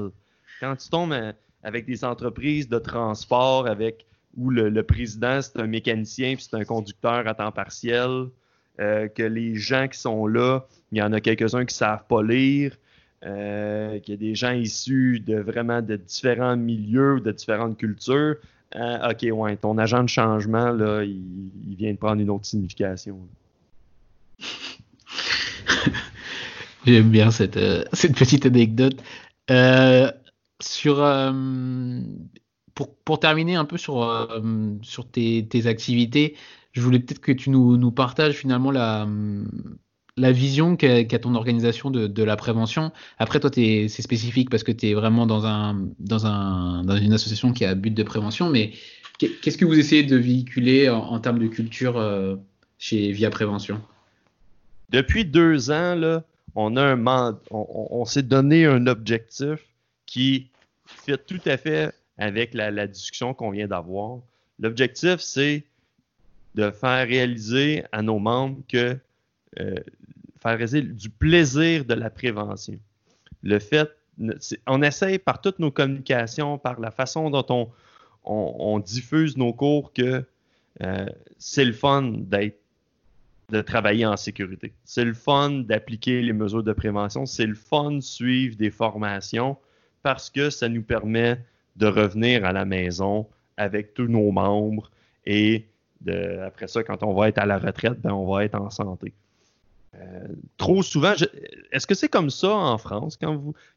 Quand tu tombes avec des entreprises de transport où le président, c'est un mécanicien puis c'est un conducteur à temps partiel, que les gens qui sont là, il y en a quelques-uns qui ne savent pas lire, qu'il y a des gens issus de différents milieux ou de différentes cultures. OK, ouais, ton agent de changement, là, il vient de prendre une autre signification. J'aime bien cette petite anecdote. Pour terminer un peu sur tes activités, je voulais peut-être que tu nous partages finalement la vision qu'a ton organisation de la prévention. Après, toi, c'est spécifique parce que tu es vraiment dans une association qui a but de prévention, mais qu'est-ce que vous essayez de véhiculer en termes de culture chez Via Prévention? Depuis 2 ans, là, on s'est donné un objectif qui fit tout à fait avec la discussion qu'on vient d'avoir. L'objectif, c'est de faire réaliser à nos membres faire réaliser du plaisir de la prévention. On essaye par toutes nos communications, par la façon dont on diffuse nos cours, que c'est le fun de travailler en sécurité. C'est le fun d'appliquer les mesures de prévention. C'est le fun de suivre des formations parce que ça nous permet de revenir à la maison avec tous nos membres et après ça, quand on va être à la retraite, on va être en santé. Trop souvent, est-ce que c'est comme ça en France quand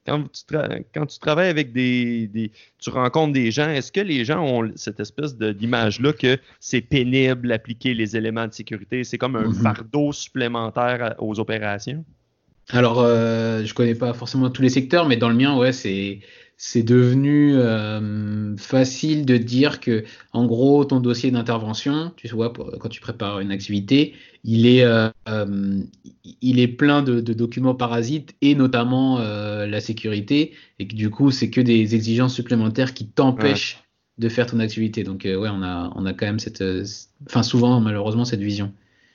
tu travailles avec tu rencontres des gens, est-ce que les gens ont cette espèce d'image-là que c'est pénible d'appliquer les éléments de sécurité, c'est comme un fardeau supplémentaire aux opérations? Alors, je connais pas forcément tous les secteurs, mais dans le mien, ouais, c'est devenu facile de dire que, en gros, ton dossier d'intervention, tu vois, quand tu prépares une activité, il est plein de documents parasites et notamment la sécurité, et que du coup, c'est que des exigences supplémentaires qui t'empêchent de faire ton activité. Donc, ouais, on a quand même souvent, malheureusement, cette vision.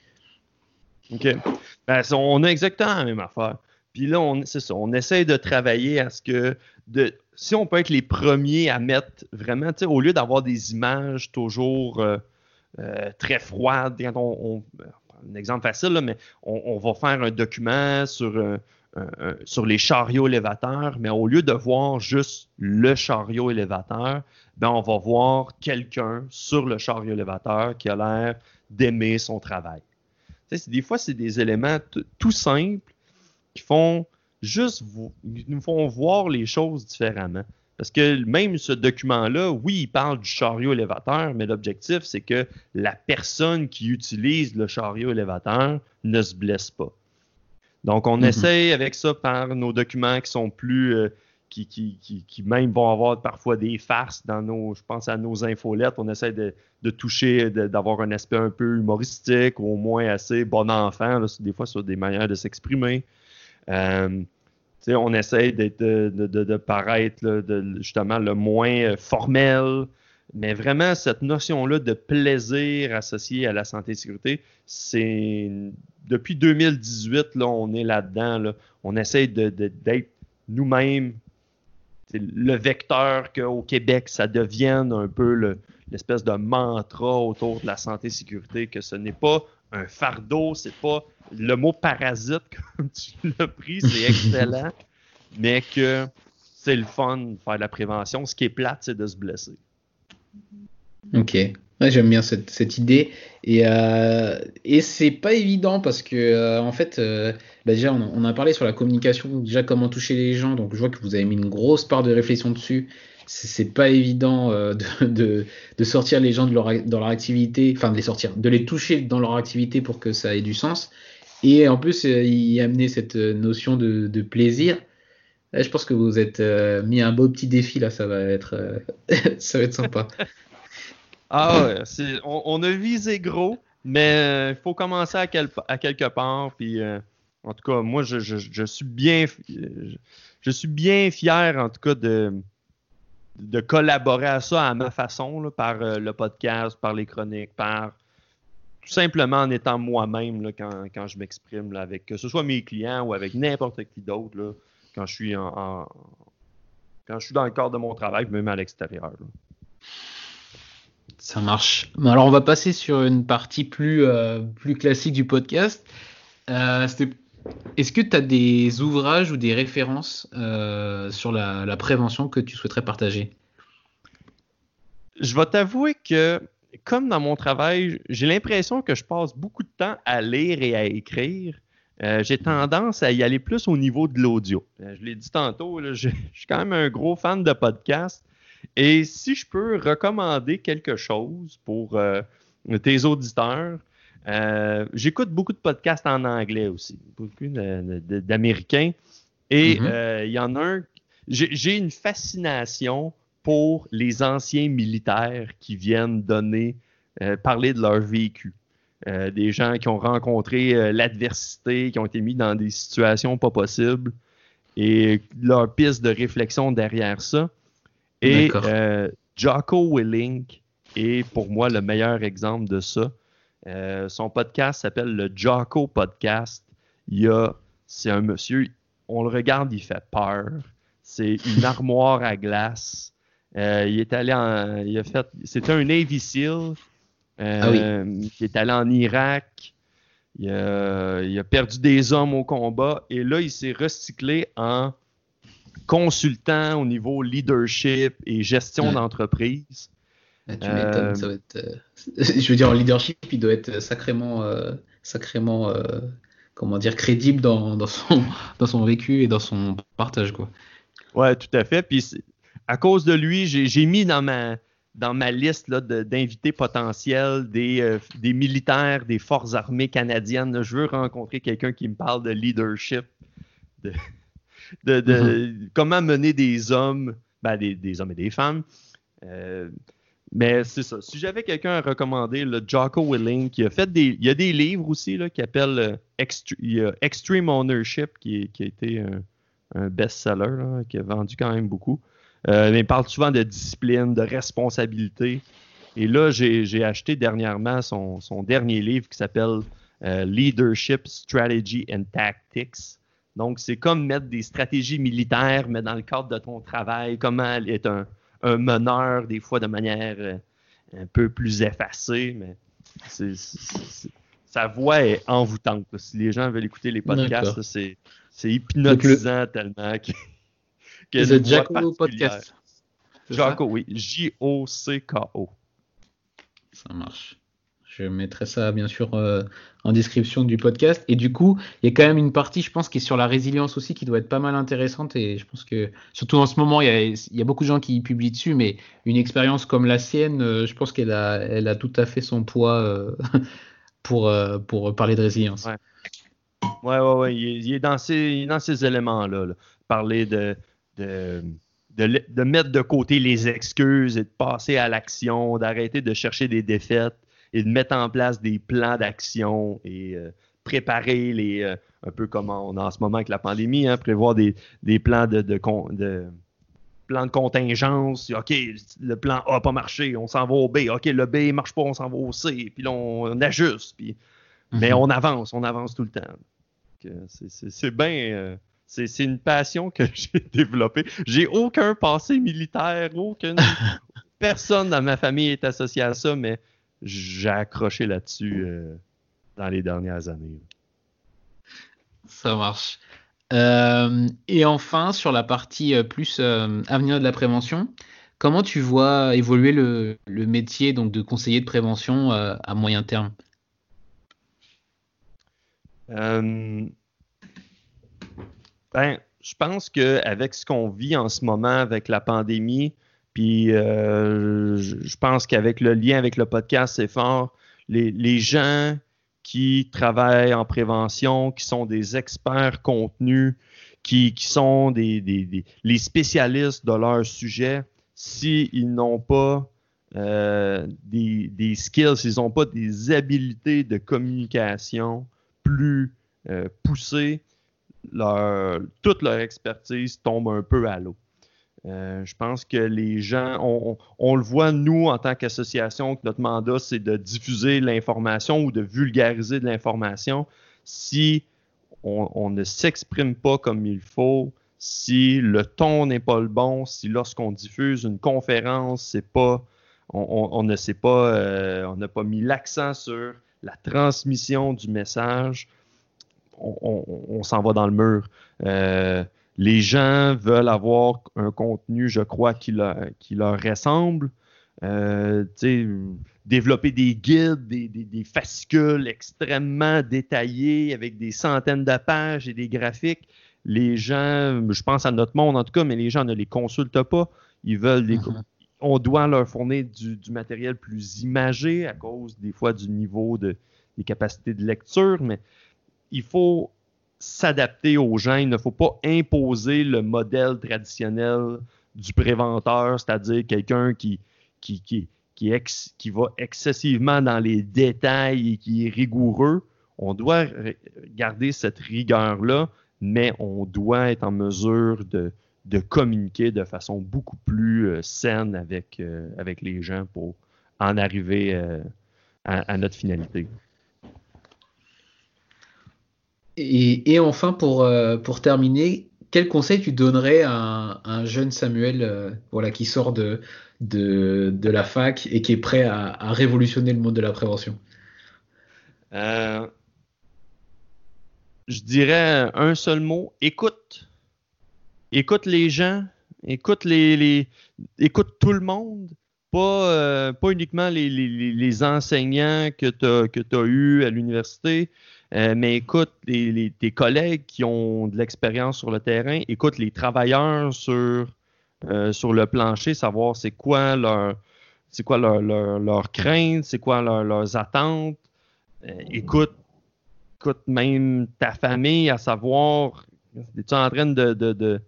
OK. On a exactement la même affaire. Puis là, c'est ça, on essaie de travailler à ce que, si on peut être les premiers à mettre vraiment, tu sais, au lieu d'avoir des images toujours très froides, quand un exemple facile, là, mais on va faire un document sur les chariots élévateurs, mais au lieu de voir juste le chariot élévateur, on va voir quelqu'un sur le chariot élévateur qui a l'air d'aimer son travail. Des fois, c'est des éléments tout simples qui nous font voir les choses différemment. Parce que même ce document-là, oui, il parle du chariot élévateur, mais l'objectif, c'est que la personne qui utilise le chariot élévateur ne se blesse pas. Donc, on essaye avec ça par nos documents qui sont plus... qui même vont avoir parfois des farces je pense à nos infolettes. On essaie de toucher, d'avoir un aspect un peu humoristique, ou au moins assez bon enfant, là, des fois sur des manières de s'exprimer. On essaie de paraître là, justement le moins formel, mais vraiment cette notion-là de plaisir associé à la santé et sécurité, c'est depuis 2018, là, on est là-dedans. Là, on essaie d'être nous-mêmes le vecteur qu'au Québec, ça devienne un peu l'espèce de mantra autour de la santé et sécurité, que ce n'est pas un fardeau, c'est pas le mot parasite comme tu l'as pris, c'est excellent, mais que c'est le fun de faire de la prévention. Ce qui est plate, c'est de se blesser. Ok, ouais, j'aime bien cette idée et c'est pas évident parce que en fait déjà on a parlé sur la communication, déjà comment toucher les gens, donc je vois que vous avez mis une grosse part de réflexion dessus. C'est pas évident de sortir les gens dans leur activité, enfin de les sortir, de les toucher dans leur activité pour que ça ait du sens, et en plus y amener cette notion de plaisir. Là, je pense que vous êtes mis un beau petit défi là, ça va être sympa. Ah ouais, on a visé gros, mais il faut commencer à quelque part. Puis, en tout cas, moi, je suis bien fier, en tout cas, de collaborer à ça à ma façon, là, par le podcast, par les chroniques, par tout simplement en étant moi-même là, quand je m'exprime, là, avec que ce soit mes clients ou avec n'importe qui d'autre, là, quand je suis quand je suis dans le cadre de mon travail, même à l'extérieur. Là. Ça marche. Alors, on va passer sur une partie plus classique du podcast. Est-ce que tu as des ouvrages ou des références sur la prévention que tu souhaiterais partager? Je vais t'avouer que, comme dans mon travail, j'ai l'impression que je passe beaucoup de temps à lire et à écrire. J'ai tendance à y aller plus au niveau de l'audio. Je l'ai dit tantôt, là, je suis quand même un gros fan de podcasts. Et si je peux recommander quelque chose pour tes auditeurs, j'écoute beaucoup de podcasts en anglais aussi, beaucoup d'Américains. Et il y en a un, j'ai une fascination pour les anciens militaires qui viennent parler de leur vécu. Des gens qui ont rencontré l'adversité, qui ont été mis dans des situations pas possibles et leur piste de réflexion derrière ça. Et Jocko Willink est pour moi le meilleur exemple de ça. Son podcast s'appelle le Jocko Podcast. C'est un monsieur, on le regarde, il fait peur. C'est une armoire à glace. C'était un Navy SEAL qui est allé en Irak. Il a perdu des hommes au combat et là, il s'est recyclé en consultant au niveau leadership et gestion d'entreprise. Tu m'étonnes, ça va être, je veux dire, en leadership, il doit être sacrément comment dire, crédible dans son vécu et dans son partage, quoi. Ouais, tout à fait. Puis à cause de lui, j'ai mis dans ma liste là, d'invités potentiels des militaires des forces armées canadiennes. Là, je veux rencontrer quelqu'un qui me parle de leadership, de comment mener des hommes, des hommes et des femmes. Mais c'est ça. Si j'avais quelqu'un à recommander, le Jocko Willink, il y a des livres aussi là, qui appellent Extreme Ownership, qui a été un best-seller, là, qui a vendu quand même beaucoup. Mais il parle souvent de discipline, de responsabilité. Et là, j'ai acheté dernièrement son dernier livre qui s'appelle Leadership, Strategy and Tactics. Donc, c'est comme mettre des stratégies militaires, mais dans le cadre de ton travail, comment être un meneur, des fois de manière un peu plus effacée, mais sa voix est envoûtante. Là. Si les gens veulent écouter les podcasts, là, c'est hypnotisant tellement que c'est Jocko Podcast. Jocko, oui. J-O-C-K-O. Ça marche. Je mettrai ça, bien sûr, en description du podcast. Et du coup, il y a quand même une partie, je pense, qui est sur la résilience aussi, qui doit être pas mal intéressante. Et je pense que, surtout en ce moment, il y a beaucoup de gens qui publient dessus, mais une expérience comme la sienne, je pense qu'elle a tout à fait son poids pour parler de résilience. Ouais. Il est dans ces éléments-là. Là. Parler de mettre de côté les excuses et de passer à l'action, d'arrêter de chercher des défaites et de mettre en place des plans d'action et préparer un peu comme on a en ce moment avec la pandémie, hein, prévoir des plans plans de contingence. OK, le plan A n'a pas marché, on s'en va au B. OK, le B ne marche pas, on s'en va au C. Puis là, on ajuste. Mais on avance tout le temps. C'est bien... C'est une passion que j'ai développée. J'ai aucun passé militaire, aucune personne dans ma famille est associée à ça, mais j'ai accroché là-dessus dans les dernières années. Ça marche. Et enfin, sur la partie plus avenir de la prévention, comment tu vois évoluer le métier donc, de conseiller de prévention à moyen terme? Je pense qu'avec ce qu'on vit en ce moment avec la pandémie, puis je pense qu'avec le lien avec le podcast, c'est fort. Les gens qui travaillent en prévention, qui sont des experts contenus, qui sont les spécialistes de leur sujet, s'ils n'ont pas des skills, s'ils n'ont pas des habiletés de communication plus poussées, toute leur expertise tombe un peu à l'eau. Je pense que les gens, on le voit, nous, en tant qu'association, que notre mandat, c'est de diffuser l'information ou de vulgariser de l'information. Si on ne s'exprime pas comme il faut, si le ton n'est pas le bon, si lorsqu'on diffuse une conférence, c'est pas, on ne sait pas, on n'a pas mis l'accent sur la transmission du message, on s'en va dans le mur. Les gens veulent avoir un contenu, je crois, qui leur ressemble. Développer des guides, des fascicules extrêmement détaillés avec des centaines de pages et des graphiques. Les gens, je pense à notre monde en tout cas, mais les gens ne les consultent pas. Ils veulent on doit leur fournir du matériel plus imagé à cause des fois du niveau des capacités de lecture, mais il faut s'adapter aux gens. Il ne faut pas imposer le modèle traditionnel du préventeur, c'est-à-dire quelqu'un qui va excessivement dans les détails et qui est rigoureux. On doit garder cette rigueur-là, mais on doit être en mesure de communiquer de façon beaucoup plus saine avec les gens pour en arriver à notre finalité. Et enfin, pour terminer, quel conseil tu donnerais à un jeune Samuel qui sort de la fac et qui est prêt à révolutionner le monde de la prévention? Je dirais un seul mot, écoute. Écoute les gens, écoute écoute tout le monde, pas uniquement les enseignants que tu as eus à l'université, mais écoute tes collègues qui ont de l'expérience sur le terrain, écoute les travailleurs sur le plancher, savoir c'est quoi leur crainte, c'est quoi leurs attentes. Écoute même ta famille, à savoir, es-tu en train de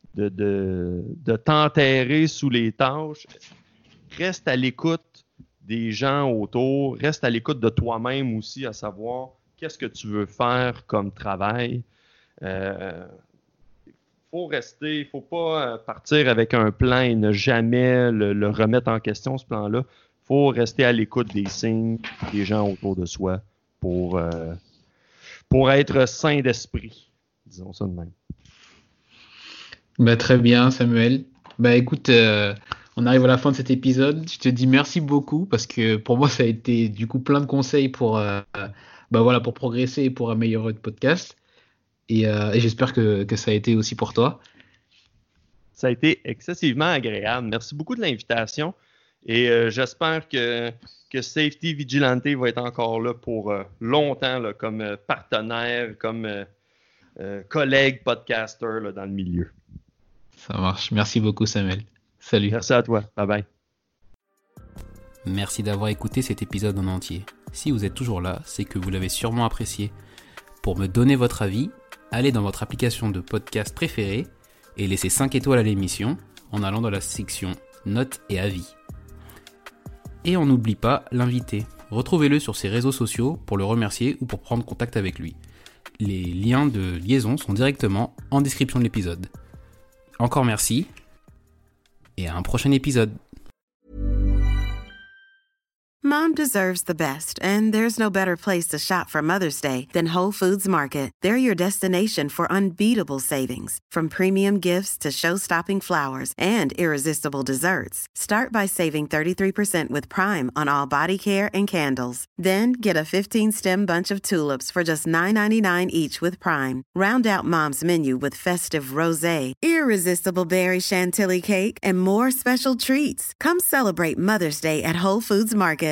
t'enterrer sous les tâches? Reste à l'écoute des gens autour, reste à l'écoute de toi-même aussi, à savoir qu'est-ce que tu veux faire comme travail. Faut rester, il ne faut pas partir avec un plan et ne jamais le remettre en question, ce plan-là. Il faut rester à l'écoute des signes des gens autour de soi pour être sain d'esprit, disons ça de même. Très bien, Samuel. Écoute, on arrive à la fin de cet épisode. Je te dis merci beaucoup parce que pour moi, ça a été du coup plein de conseils pour progresser et pour améliorer le podcast. Et j'espère que ça a été aussi pour toi. Ça a été excessivement agréable. Merci beaucoup de l'invitation. Et j'espère que Safety Vigilante va être encore là pour longtemps là, comme partenaire, comme collègue podcaster là, dans le milieu. Ça marche. Merci beaucoup, Samuel. Salut. Merci à toi. Bye bye. Merci d'avoir écouté cet épisode en entier. Si vous êtes toujours là, c'est que vous l'avez sûrement apprécié. Pour me donner votre avis, allez dans votre application de podcast préférée et laissez 5 étoiles à l'émission en allant dans la section notes et avis. Et on n'oublie pas l'invité. Retrouvez-le sur ses réseaux sociaux pour le remercier ou pour prendre contact avec lui. Les liens de liaison sont directement en description de l'épisode. Encore merci et à un prochain épisode. Mom deserves the best, and there's no better place to shop for Mother's Day than Whole Foods Market. They're your destination for unbeatable savings, from premium gifts to show-stopping flowers and irresistible desserts. Start by saving 33% with Prime on all body care and candles. Then get a 15-stem bunch of tulips for just $9.99 each with Prime. Round out Mom's menu with festive rosé, irresistible berry chantilly cake, and more special treats. Come celebrate Mother's Day at Whole Foods Market.